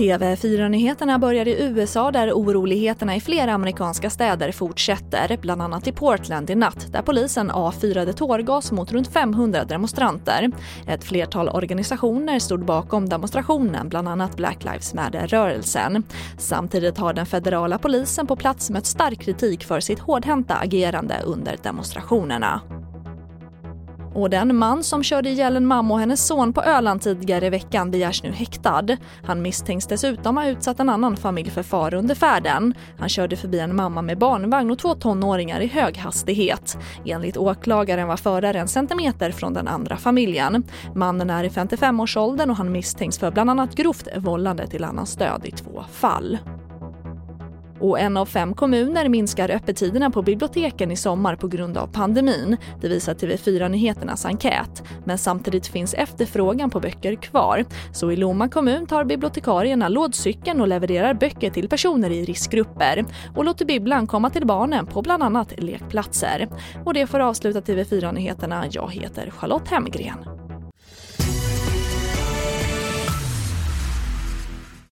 TV4-nyheterna börjar i USA där oroligheterna i flera amerikanska städer fortsätter, bland annat i Portland i natt där polisen avfyrade tårgas mot runt 500 demonstranter. Ett flertal organisationer stod bakom demonstrationen, bland annat Black Lives Matter-rörelsen. Samtidigt har den federala polisen på plats mött stark kritik för sitt hårdhänta agerande under demonstrationerna. Och den man som körde ihjäl en mamma och hennes son på Öland tidigare i veckan begärs nu häktad. Han misstänks dessutom ha utsatt en annan familj för fara under färden. Han körde förbi en mamma med barnvagn och 2 tonåringar i hög hastighet. Enligt åklagaren var föraren centimeter från den andra familjen. Mannen är i 55-årsåldern och han misstänks för bland annat grovt vållande till annans död i 2 fall. Och 1 av 5 kommuner minskar öppettiderna på biblioteken i sommar på grund av pandemin. Det visar TV4-nyheternas enkät. Men samtidigt finns efterfrågan på böcker kvar. Så i Lomma kommun tar bibliotekarierna lådcykeln och levererar böcker till personer i riskgrupper. Och låter bibblan komma till barnen på bland annat lekplatser. Och det får avsluta TV4-nyheterna. Jag heter Charlotte Hemgren.